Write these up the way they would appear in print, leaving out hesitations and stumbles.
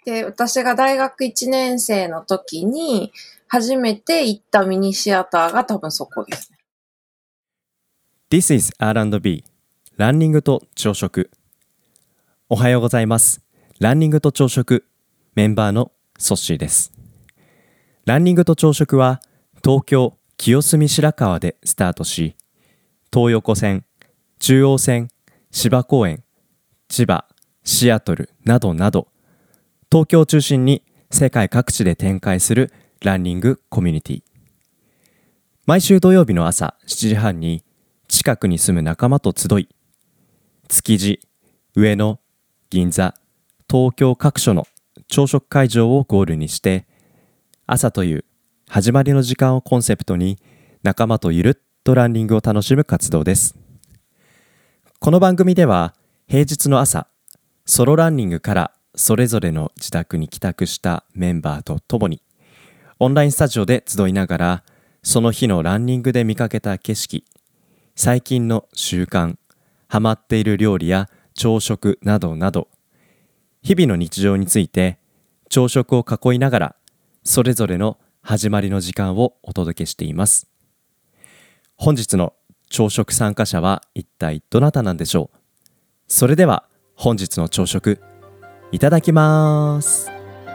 で、私が大学1年生の時に初めて行ったミニシアターが多分そこですね。 This is R&B ランニングと朝食。おはようございます。ランニングと朝食メンバーのソッシーです。ランニングと朝食は東京清澄白河でスタートし、東横線、中央線、芝公園、千葉、シアトルなどなど東京を中心に世界各地で展開するランニングコミュニティ。毎週土曜日の朝7時半に近くに住む仲間と集い、築地、上野、銀座、東京各所の朝食会場をゴールにして、朝という始まりの時間をコンセプトに仲間とゆるっとランニングを楽しむ活動です。この番組では平日の朝、ソロランニングからそれぞれの自宅に帰宅したメンバーとともにオンラインスタジオで集いながら、その日のランニングで見かけた景色、最近の習慣、ハマっている料理や朝食などなど、日々の日常について朝食を囲いながらそれぞれの始まりの時間をお届けしています。本日の朝食参加者は一体どなたなんでしょう。それでは本日の朝食いただきます。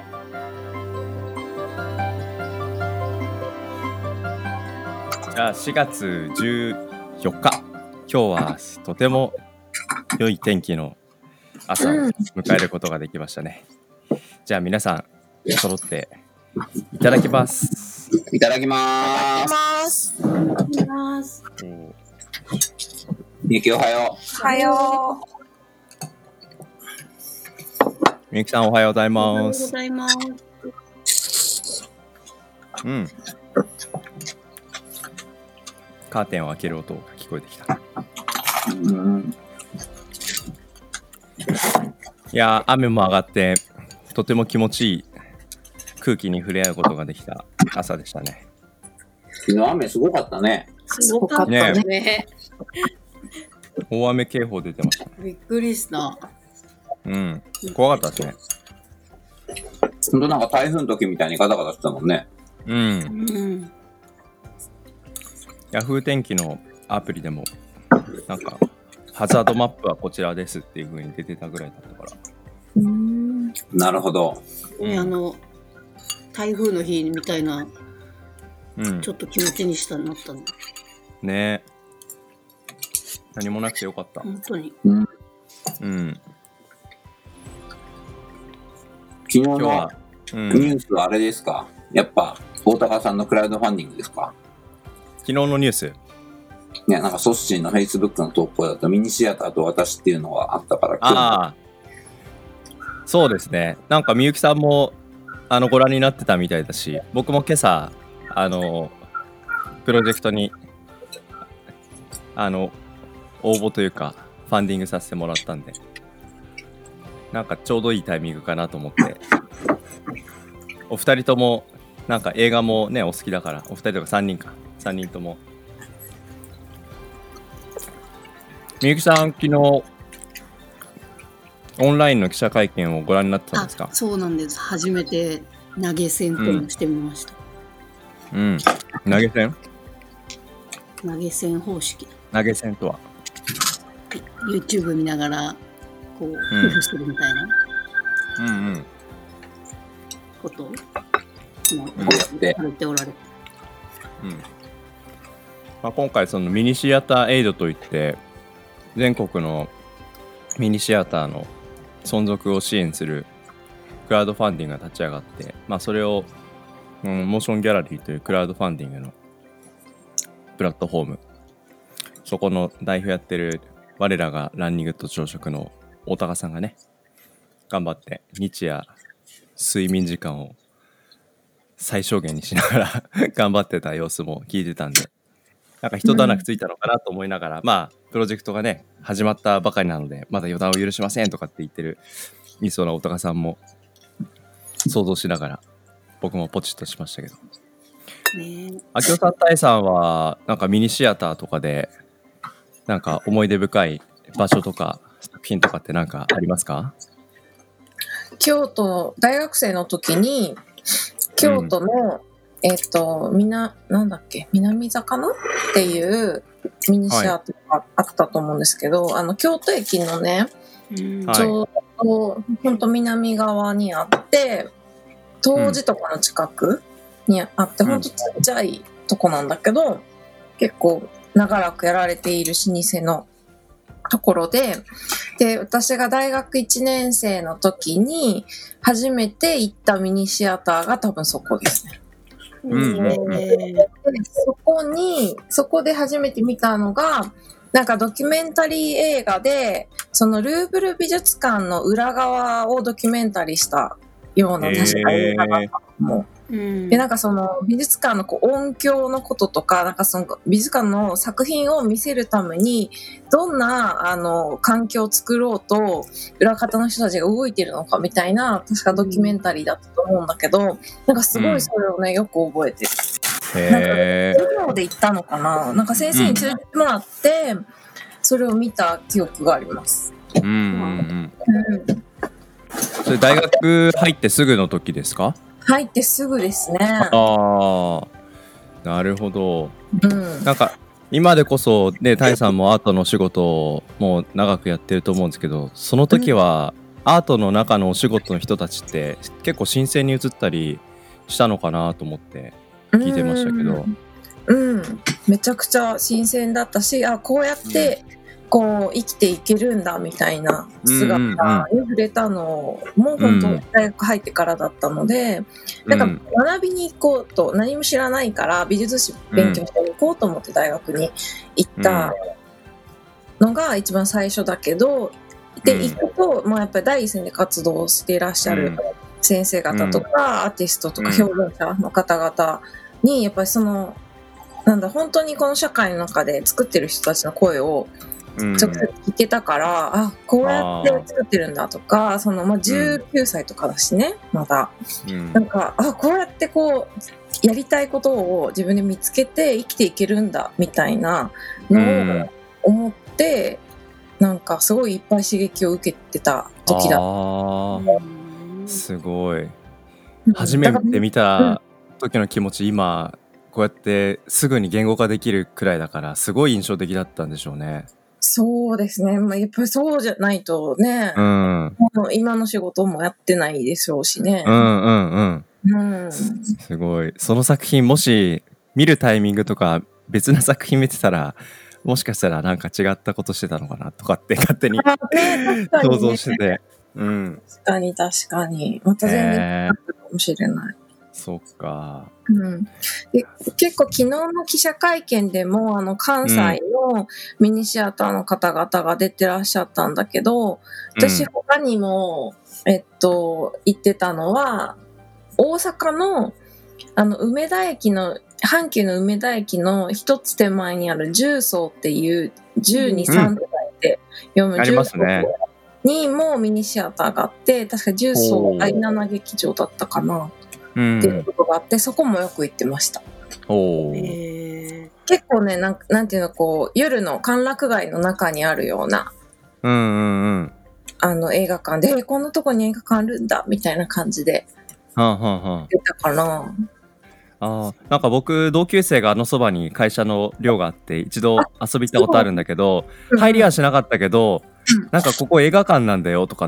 じゃあ4月14日、今日はとても良い天気の朝を迎えることができましたね。じゃあ皆さん揃っていただきます。 いただきまーす。いただきます。 みゆきおはよう。おはよう。 みゆきさんおはようございます。 おはようございます。 カーテンを開ける音が聞こえてきた。いや、雨も上がってとても気持ちいい空気に触れ合うことができた朝でしたね。 昨日雨すごかったね。 すごかったね。 大雨警報出てました。 びっくりした。 怖かったですね。 ほんとなんか台風の時みたいにガタガタしてたもんね。 ヤフー天気のアプリでもなんかハザードマップはこちらですっていう風に出てたぐらいだったから。 なるほど。 台風の日みたいな、ちょっと気持ちになったの。 ねえ。何もなくてよかった。 本当に。 昨日のニュースはあれですか？やっぱ大高さんのクラウドファンディングですか？ 昨日のニュース。 ね、なんかソッシーの Facebook の投稿だとミニシアターと私っていうのがあったから。 そうですね。なんかみゆきさんもご覧になってたみたいだし、僕も今朝プロジェクトに応募というかファンディングさせてもらったんで、なんかちょうどいいタイミングかなと思って。お二人ともなんか映画もねお好きだから、お二人とか3人とも。みゆきさん、昨日オンラインの記者会見をご覧になってたんですか？ そうなんです。初めて投げ銭というのをしてみました。 投げ銭？ 投げ銭方式。 投げ銭とは YouTube 見ながらこう寄付するみたいなことをやっておられる。 今回そのミニシアターエイドといって全国のミニシアターの存続を支援するクラウドファンディングが立ち上がって、それを、モーションギャラリーというクラウドファンディングのプラットフォーム、そこの代表やってる我らがランニングと朝食の大高さんがね、頑張って日夜睡眠時間を最小限にしながら頑張ってた様子も聞いてたんで、なんか一段落ついたのかなと思いながら、プロジェクトがね始まったばかりなのでまだ予断を許しませんとかって言ってるいそうな大高さんも想像しながら僕もポチッとしましたけど、あきおさん、たえさんはなんかミニシアターとかでなんか思い出深い場所とか作品とかってなんかありますか？ 京都、大学生の時に、京都の、なんだっけ、南座かなっていうミニシアターがあったと思うんですけど、京都駅のね、 はいちょうど、ほんと南側にあって、東寺とかの近くにあって、ほんとちっちゃいとこなんだけど、結構長らくやられている老舗のところで、私が大学1年生の時に初めて行ったミニシアターが多分そこですね。でそこで初めて見たのが、なんかドキュメンタリー映画で、そのルーブル美術館の裏側をドキュメンタリーしたような確か映画だったと思う。で、なんかその美術館の音響のこととか、なんかその美術館の作品を見せるためにどんな環境を作ろうと裏方の人たちが動いてるのかみたいな確かドキュメンタリーだったと思うんだけど、なんかすごいそれをね、よく覚えてる。なんか授業で行ったのかな、なんか先生に連れてもらってそれを見た記憶があります。 それ大学入ってすぐの時ですか？ 入ってすぐですね。 ああ、なるほど。なんか今でこそね、タイさんもアートのお仕事をもう長くやってると思うんですけど、その時はアートの中のお仕事の人たちって結構新鮮に映ったりしたのかなと思って聞いてましたけど、 めちゃくちゃ新鮮だったし、こうやってこう生きていけるんだみたいな姿に触れたのも本当大学入ってからだったので、なんか学びに行こうと、何も知らないから美術史勉強していこうと思って大学に行ったのが一番最初だけど、で行くと、やっぱり第一線で活動していらっしゃる先生方とか、アーティストとか表現者の方々にやっぱりその本当にこの社会の中で作ってる人たちの声を直接聞けたから、こうやって作ってるんだとか、19歳とかだしね、まだ、なんかこうやってこうやりたいことを自分で見つけて生きていけるんだみたいなのを思って、なんかすごいいっぱい刺激を受けてた時だった。 すごい。初めて見た時の気持ち、今こうやってすぐに言語化できるくらいだからすごい印象的だったんでしょうね。 そうですね。やっぱりそうじゃないとね、今の仕事もやってないでしょうしね。 すごい。その作品もし見るタイミングとか別な作品見てたら、もしかしたらなんか違ったことしてたのかなとかって勝手に想像してて。 確かに。また全然違ったかもしれない。 そっか。 で結構昨日の記者会見でも関西のミニシアターの方々が出てらっしゃったんだけど、私他にも行ってたのは大阪の梅田駅の阪急の梅田駅の一つ手前にある十層っていう12、3って読む十層にもミニシアターがあって、確か十層第7劇場だったかなっていうことがあって、そこもよく行ってました。結構ね、なんていうの、夜の歓楽街の中にあるような映画館で、こんなとこに映画館あるんだみたいな感じで出たかな。 なんか僕同級生がそばに会社の寮があって一度遊び行ったことあるんだけど、入りはしなかったけど、なんかここ映画館なんだよとかって、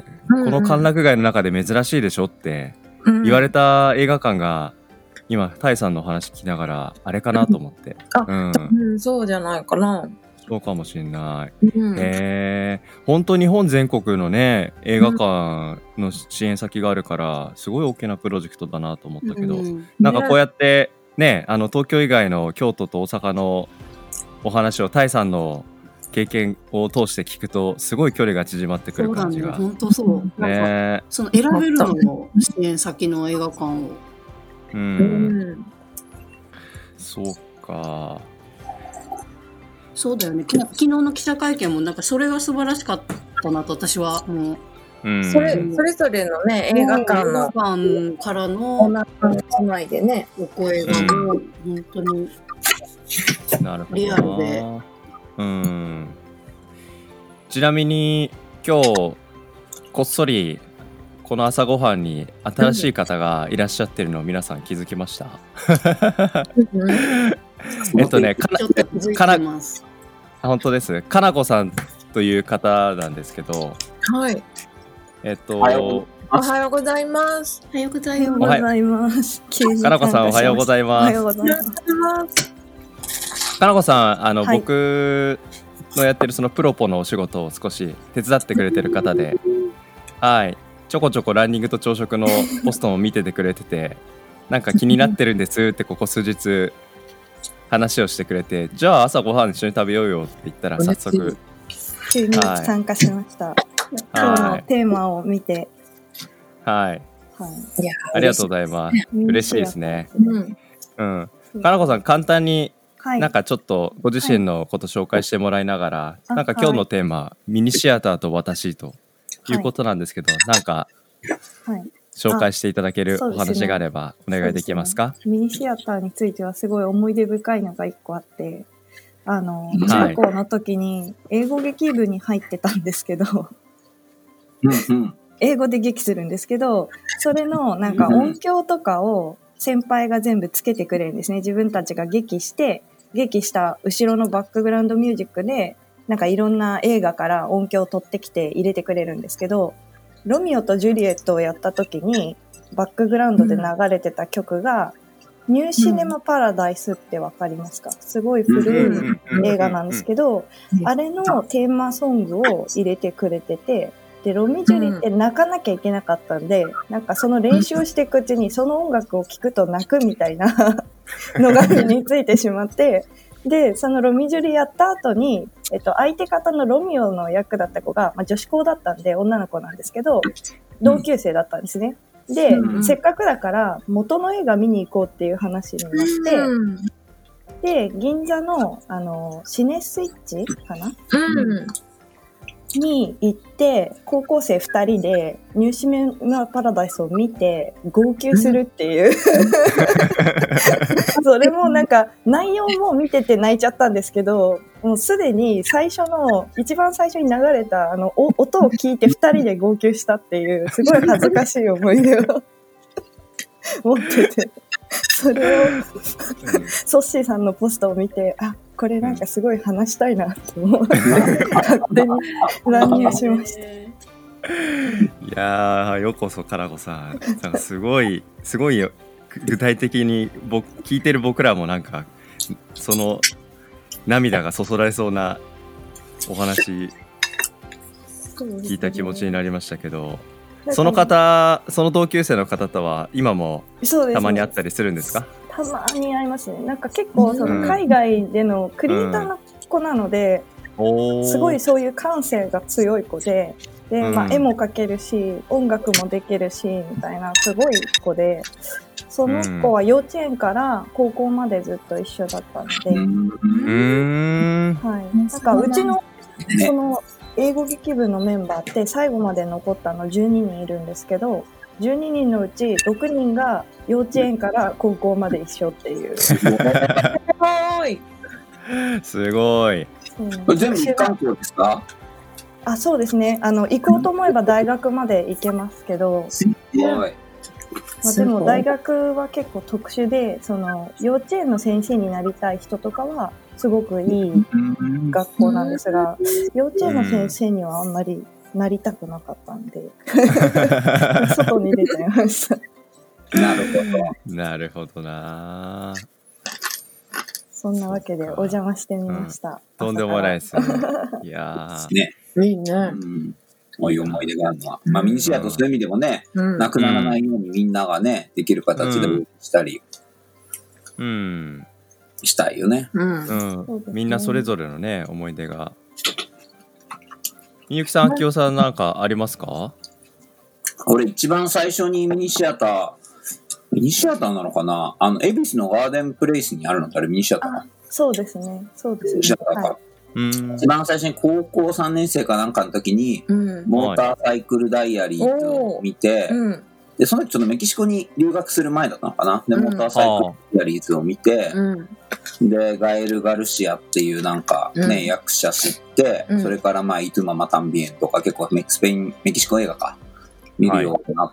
この歓楽街の中で珍しいでしょって言われた映画館が今タイさんの話聞きながらあれかなと思って。 そうじゃないかな。 そうかもしれない。本当日本全国のね映画館の支援先があるからすごい大きなプロジェクトだなと思ったけど、なんかこうやってね東京以外の京都と大阪のお話をタイさんの経験を通して聞くとすごい距離が縮まってくる感じが。 本当そうね。その選べるのも支援先の映画館を。 そうか。 そうだよね。昨日の記者会見もなんかそれが素晴らしかったなと私はもう。それぞれのね映画館のからのお腹のつないでねお声がもう本当にリアルで。 ちなみに今日こっそりこの朝ごはんに新しい方がいらっしゃってるのを皆さん気づきました？ ちょっと気づいてます。 本当です。かなこさんという方なんですけど、 はい。 おはようございます。 おはようございます。 かなこさんおはようございます。かなこさん、僕のやってるそのプロポのお仕事を少し手伝ってくれてる方で、はい、ちょこちょこランニングと朝食のポストも見ててくれてて、なんか気になってるんですってここ数日話をしてくれて、じゃあ朝ごはん一緒に食べようよって言ったら早速急に参加しました。今日のテーマを見て、 はい、ありがとうございます。嬉しいですね。かなこさん、簡単になんかちょっとご自身のこと紹介してもらいながら、なんか今日のテーマ、ミニシアターと私ということなんですけど、なんか紹介していただけるお話があればお願いできますか？ ミニシアターについてはすごい思い出深いのが一個あって、中高の時に英語劇部に入ってたんですけど、英語で劇するんですけど、それのなんか音響とかを先輩が全部つけてくれるんですね。自分たちが劇した後ろのバックグラウンドミュージックでなんかいろんな映画から音響を取ってきて入れてくれるんですけど、ロミオとジュリエットをやった時にバックグラウンドで流れてた曲が、ニューシネマパラダイスってわかりますか？すごい古い映画なんですけど、あれのテーマソングを入れてくれてて、でロミジュリって泣かなきゃいけなかったんで、なんかその練習をしていくうちにその音楽を聴くと泣くみたいなのが身についてしまって、でそのロミジュリやった後に、相手方のロミオの役だった子が、女子校だったんで女の子なんですけど、同級生だったんですね。で、せっかくだから元の映画見に行こうっていう話になって、で銀座のシネスイッチかな、に行って、高校生2人でニューシネマパラダイスを見て号泣するっていうそれもなんか内容も見てて泣いちゃったんですけど、もうすでに一番最初に流れた音を聞いて2人で号泣したっていうすごい恥ずかしい思い出を持ってて、それをソッシーさんのポストを見て、これなんかすごい話したいなと思って勝手に乱入しました。 いやー、ようこそかなこさん。なんかすごい具体的に聞いてる僕らもなんかその涙がそそられそうなお話聞いた気持ちになりましたけど、その同級生の方とは今もたまに会ったりするんですか？ たまに会いますね。なんか結構その海外でのクリエイターの子なので、すごいそういう感性が強い子で、絵も描けるし音楽もできるしみたいなすごい子で、その子は幼稚園から高校までずっと一緒だったので、なんかうちのその英語劇部のメンバーって最後まで残ったの12人いるんですけど、12人のうち6人が幼稚園から高校まで一緒っていう。すごい。 全部一貫校ですか？ そうですね。行こうと思えば大学まで行けますけど、でも大学は結構特殊で、その幼稚園の先生になりたい人とかはすごくいい学校なんですが、幼稚園の先生にはあんまりなりたくなかったんで外に出ちゃいました。 なるほどな。 そんなわけでお邪魔してみました。 とんでもないですね。いやー、いいね。 思い出があるのは、ミニシアターそういう意味でもね、なくならないようにみんながねできる形でしたりしたいよね。 みんなそれぞれのね思い出が。みゆきさん、あきおさんなんかありますか？ 俺一番最初にミニシアターなのかな、恵比寿のガーデンプレイスにあるのってあれミニシアター？ そうですね。ミニシアターか。 一番最初に高校3年生かなんかの時に、モーターサイクルダイアリーを見て、でその時ちょっとメキシコに留学する前だったのかな。でモーターサイクルダイアリーズを見て、でガエル・ガルシアっていうなんかね、役者知って、それからイトゥマ・マタンビエンとか結構メキシコ映画か見るようになって、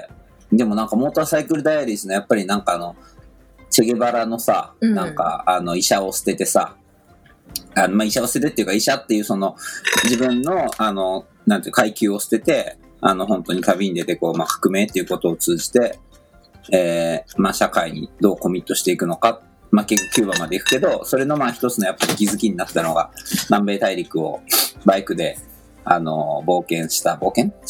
でもなんかモーターサイクルダイアリーズのやっぱりなんかチェゲバラのさ、なんか医者を捨ててさ、医者を捨ててっていうか、医者っていうその自分のなんていう階級を捨てて、本当に旅に出てこう、革命っていうことを通じて、社会にどうコミットしていくのか、結局キューバまで行くけど、それの一つのやっぱり気づきになったのが、南米大陸をバイクで、冒険した、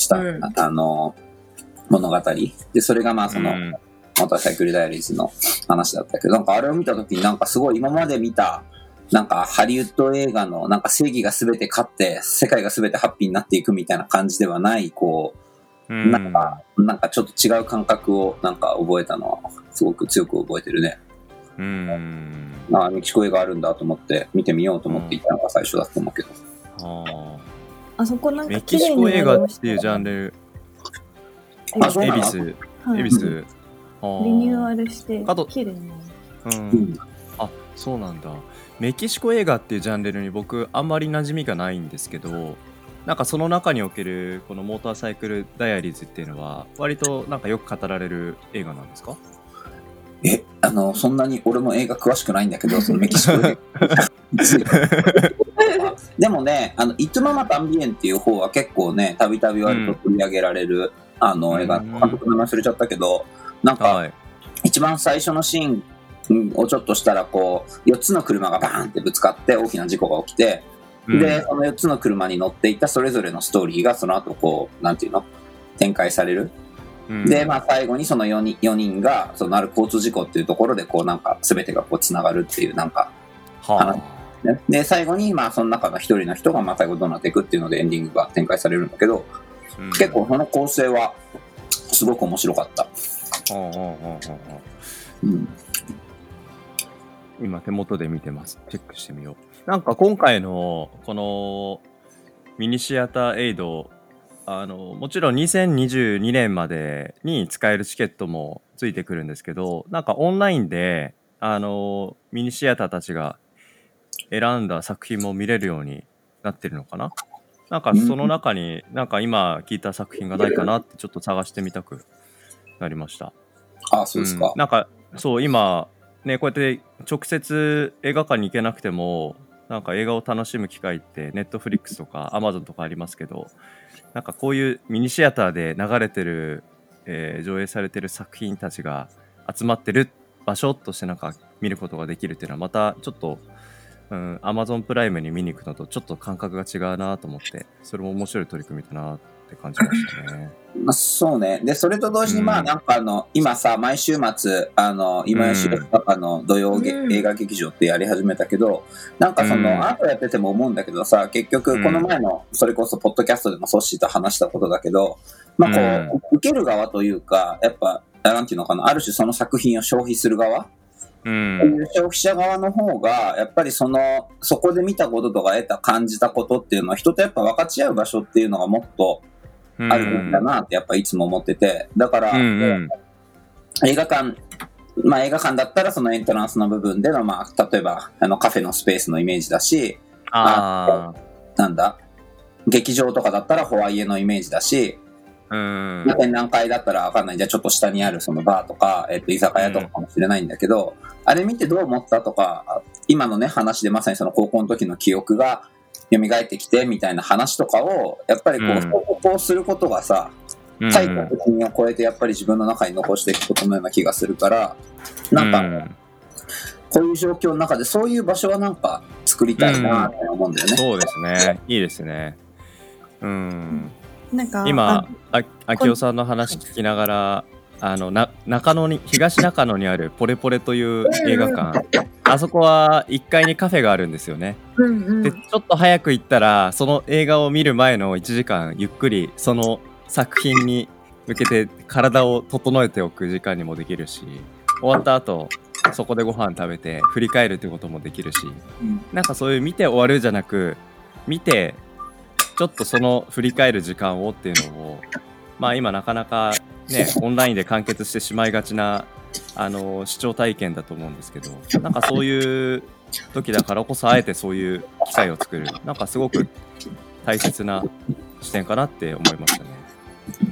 物語。で、それがその、モーターサイクルダイアリーズの話だったけど、なんかあれを見たときになんかすごい今まで見た、なんかハリウッド映画のなんか正義が全て勝って世界が全てハッピーになっていくみたいな感じではない、こう、なんかちょっと違う感覚をなんか覚えたのはすごく強く覚えてるね。メキシコ映画あるんだと思って見てみようと思っていたのが最初だと思うけど。 あそこなんかメキシコ映画っていうジャンル、恵比寿、リニューアルして綺麗に。 あ、そうなんだ。メキシコ映画っていうジャンルに僕あんまり馴染みがないんですけど、なんかその中におけるこのモーターサイクルダイアリーズっていうのは割となんかよく語られる映画なんですか？ そんなに俺も映画詳しくないんだけど、そのメキシコ映画でもね、イトゥママタンビエンっていう方は結構ね、たびたび割と取り上げられる、映画、監督の名前忘れちゃったけど、なんか、一番最初のシーンをちょっとしたらこう4つの車がバーンってぶつかって大きな事故が起きて、でその4つの車に乗っていたそれぞれのストーリーがその後こうなんていうの展開される、で最後にその4人がそのある交通事故っていうところでこうなんか全てがこうつながるっていうなんか話、で最後にその中の一人の人が最後どうなっていくっていうのでエンディングが展開されるんだけど、結構その構成はすごく面白かった。 今手元で見てます。チェックしてみよう。なんか今回のこのミニシアターエイド、もちろん2022年までに使えるチケットもついてくるんですけど、なんかオンラインでミニシアターたちが選んだ作品も見れるようになってるのかな。なんかその中になんか今聞いた作品がないかなってちょっと探してみたくなりました。 あ、そうですか。 なんかそう今ね、こうやって直接映画館に行けなくてもなんか映画を楽しむ機会ってネットフリックスとかアマゾンとかありますけど、なんかこういうミニシアターで流れてる、上映されてる作品たちが集まってる場所としてなんか見ることができるっていうのはまたちょっとアマゾンプライムに見に行くのとちょっと感覚が違うなと思って、それも面白い取り組みだなって感じましたね。 そうね。で、それと同時になんか今さ、毎週末、今吉岡の土曜映画劇場ってやり始めたけど、なんかその、あとやってても思うんだけどさ、結局この前の、それこそポッドキャストでもソッシーと話したことだけど、こう、受ける側というか、やっぱ、なんていうのかな、ある種その作品を消費する側、消費者側の方がやっぱりそこで見たこととか得た感じたことっていうのは人とやっぱ分かち合う場所っていうのがもっとあるんだなってやっぱいつも思ってて、だから、映画館だったらそのエントランスの部分での例えばカフェのスペースのイメージだし、なんだ劇場とかだったらホワイエのイメージだし、展覧会だったら分かんない、じゃあちょっと下にあるそのバーとか、居酒屋とかかもしれないんだけど、あれ見てどう思ったとか、今のね話でまさにその高校の時の記憶が蘇ってきてみたいな話とかをやっぱりこうすることがさ、対価的にを超えてやっぱり自分の中に残していくことのような気がするから、なんかこういう状況の中でそういう場所はなんか作りたいなって思うんだよね。 そうですね、いいですね。 なんか今秋代さんの話聞きながら東中野にあるポレポレという映画館、あそこは1階にカフェがあるんですよね。でちょっと早く行ったらその映画を見る前の1時間ゆっくりその作品に向けて体を整えておく時間にもできるし、終わった後そこでご飯食べて振り返るってこともできるし、なんかそういう見て終わるじゃなく見てちょっとその振り返る時間をっていうのを今なかなかねオンラインで完結してしまいがちな視聴体験だと思うんですけど、なんかそういう時だからこそあえてそういう機会を作る、なんかすごく大切な視点かなって思いましたね。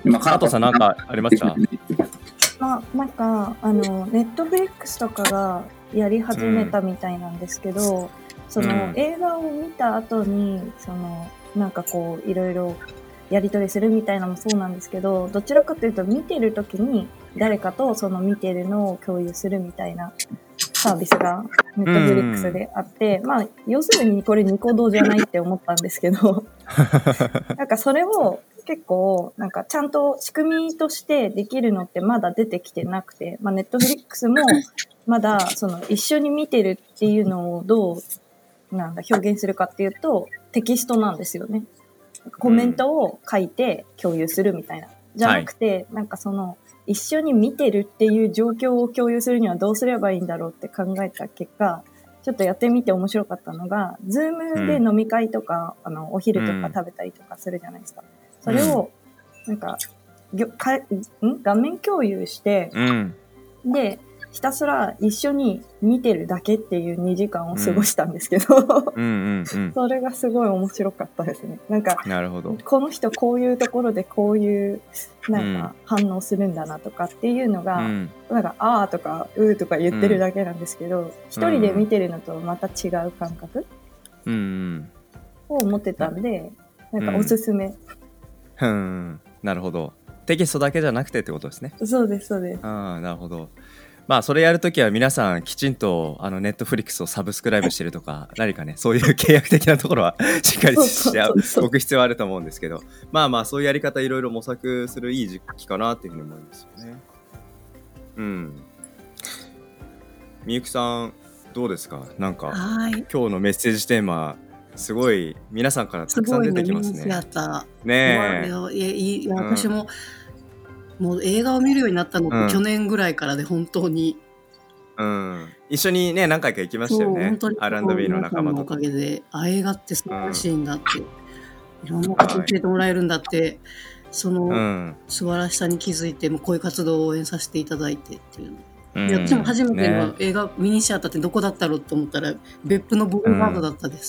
加藤さんなんかありました？ なんかネットフリックスとかがやり始めたみたいなんですけど、その映画を見た後になんかこういろいろやり取りするみたいなのもそうなんですけど、どちらかというと見てる時に誰かとその見てるのを共有するみたいなサービスがネットフリックスであって、まあ要するにこれニコ動じゃないって思ったんですけどなんかそれを結構なんかちゃんと仕組みとしてできるのってまだ出てきてなくて、まあネットフリックスもまだその一緒に見てるっていうのをどう表現するかっていうとテキストなんですよね。コメントを書いて共有するみたいな。じゃなくて、なんかその一緒に見てるっていう状況を共有するにはどうすればいいんだろうって考えた結果、ちょっとやってみて面白かったのが、ズームで飲み会とか、お昼とか食べたりとかするじゃないですか。それを、なんか、画面共有して、で、ひたすら一緒に見てるだけっていう2時間を過ごしたんですけど、それがすごい面白かったですね。なんか、なるほど。この人こういうところでこういうなんか反応するんだなとかっていうのが、なんかあーとかうーとか言ってるだけなんですけど、一人で見てるのとまた違う感覚を持ってたんで、なんかおすすめ。 なるほど。テキストだけじゃなくてってことですね。 そうですそうです。 なるほど。まあそれやるときは皆さんきちんとネットフリックスをサブスクライブしてるとか何かねそういう契約的なところはしっかりしておく必要はあると思うんですけど、まあそういうやり方いろいろ模索するいい時期かなっていうふうに思いますよね。みゆきさんどうですか？なんか今日のメッセージテーマすごい皆さんからたくさん出てきますね。 ねえ。私ももう映画を見るようになったのって去年ぐらいからで本当に、 一緒にね何回か行きましたよね。R&B の仲間とかおかげで映画って素晴らしいんだって、いろんなこと教えてもらえるんだって、その素晴らしさに気づいてもこういう活動を応援させていただいてっていうの、私も初めての映画ミニシアターってどこだったろうと思ったら別府のボルガードだったです。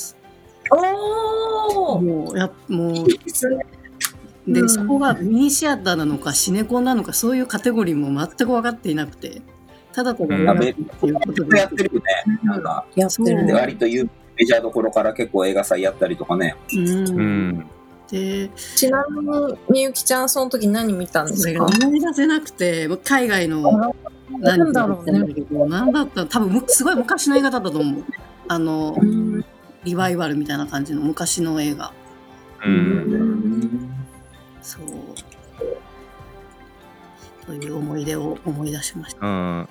もうで、そこがミニシアターなのかシネコンなのかそういうカテゴリーも全く分かっていなくて、ただただやってることでやってるよね。なんかやってる。割とメジャーどころから結構映画祭やったりとかね。 でちなみにみゆきちゃんその時何見たんですか？ 思い出せなくて、見外の何だろうね。何だった多分すごい昔の映画だったと思う。リバイバルみたいな感じの昔の映画。そうという思い出を思い出しました。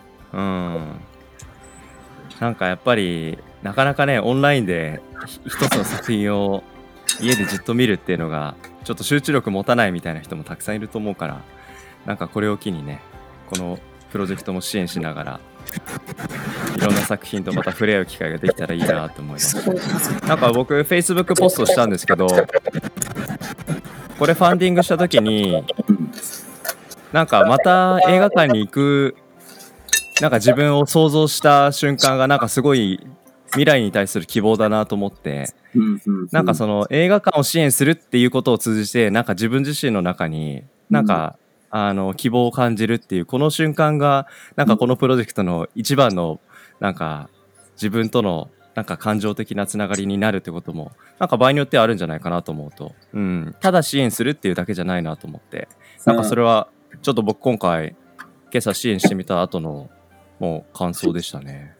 なんかやっぱりなかなかねオンラインで一つの作品を家でじっと見るっていうのがちょっと集中力持たないみたいな人もたくさんいると思うから、なんかこれを機にねこのプロジェクトも支援しながらいろんな作品とまた触れ合う機会ができたらいいなと思います。なんか僕 Facebook ポストしたんですけど、これファンディングした時になんかまた映画館に行くなんか自分を想像した瞬間がなんかすごい未来に対する希望だなと思って、なんかその映画館を支援するっていうことを通じてなんか自分自身の中になんか希望を感じるっていうこの瞬間がなんかこのプロジェクトの一番のなんか自分とのなんか感情的なつながりになるってこともなんか場合によってはあるんじゃないかなと思うと、ただ支援するっていうだけじゃないなと思って、なんかそれはちょっと僕今回今朝支援してみた後のもう感想でしたね。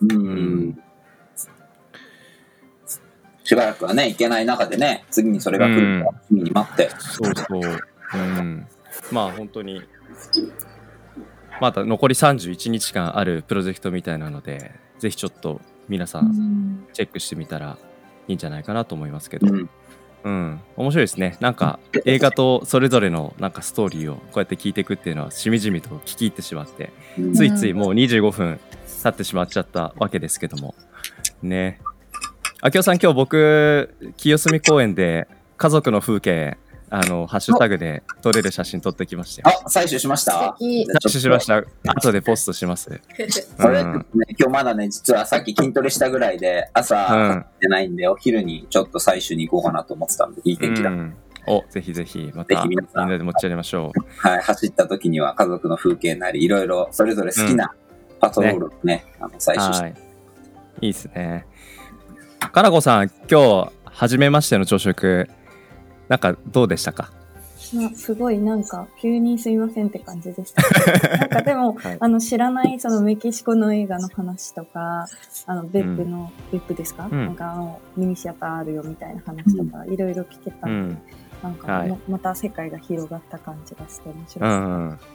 しばらくはね行けない中でね次にそれが来るからに待って、 そうまあ本当にまだ残り31日間あるプロジェクトみたいなのでぜひちょっと皆さんチェックしてみたらいいんじゃないかなと思いますけど、面白いですね。なんか映画とそれぞれのなんかストーリーをこうやって聞いていくっていうのはしみじみと聞き入ってしまって、ついついもう25分経ってしまっちゃったわけですけどもね。あきおさん今日僕清澄公園で家族の風景ハッシュタグで撮れる写真撮ってきましたよ。 採取しました。 採取しました。後でポストします。 今日まだね実はさっき筋トレしたぐらいで朝出ないんで、お昼にちょっと採取に行こうかなと思ってたんでいい天気だ。 ぜひぜひまたみんなで持ち寄りましょう。 はい、走った時には家族の風景なりいろいろそれぞれ好きなパトロールをね、採取して、 いいですね。かなこさん、今日初めましての朝食なんかどうでしたか？ すごいなんか急にすいませんって感じでした。なんかでも、はい、知らないそのメキシコの映画の話とか、別府ですか？なんかミニシアターあるよみたいな話とか、いろいろ聞けたので、なんかまた世界が広がった感じがして面白いです。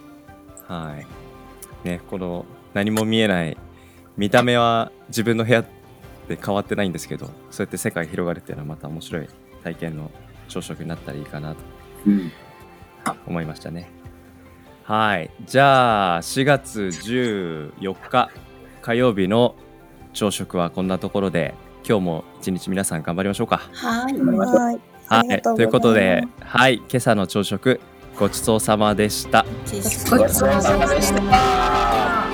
はい。ね、この何も見えない見た目は自分の部屋で変わってないんですけど、そうやって世界広がるっていうのはまた面白い体験の朝食になったらいいかなと思いましたね。はい。じゃあ4月14日火曜日の朝食はこんなところで、今日も一日皆さん頑張りましょうか。 はい。 はい。ということで、はい。今朝の朝食ごちそうさまでした。 ごちそうさまでした。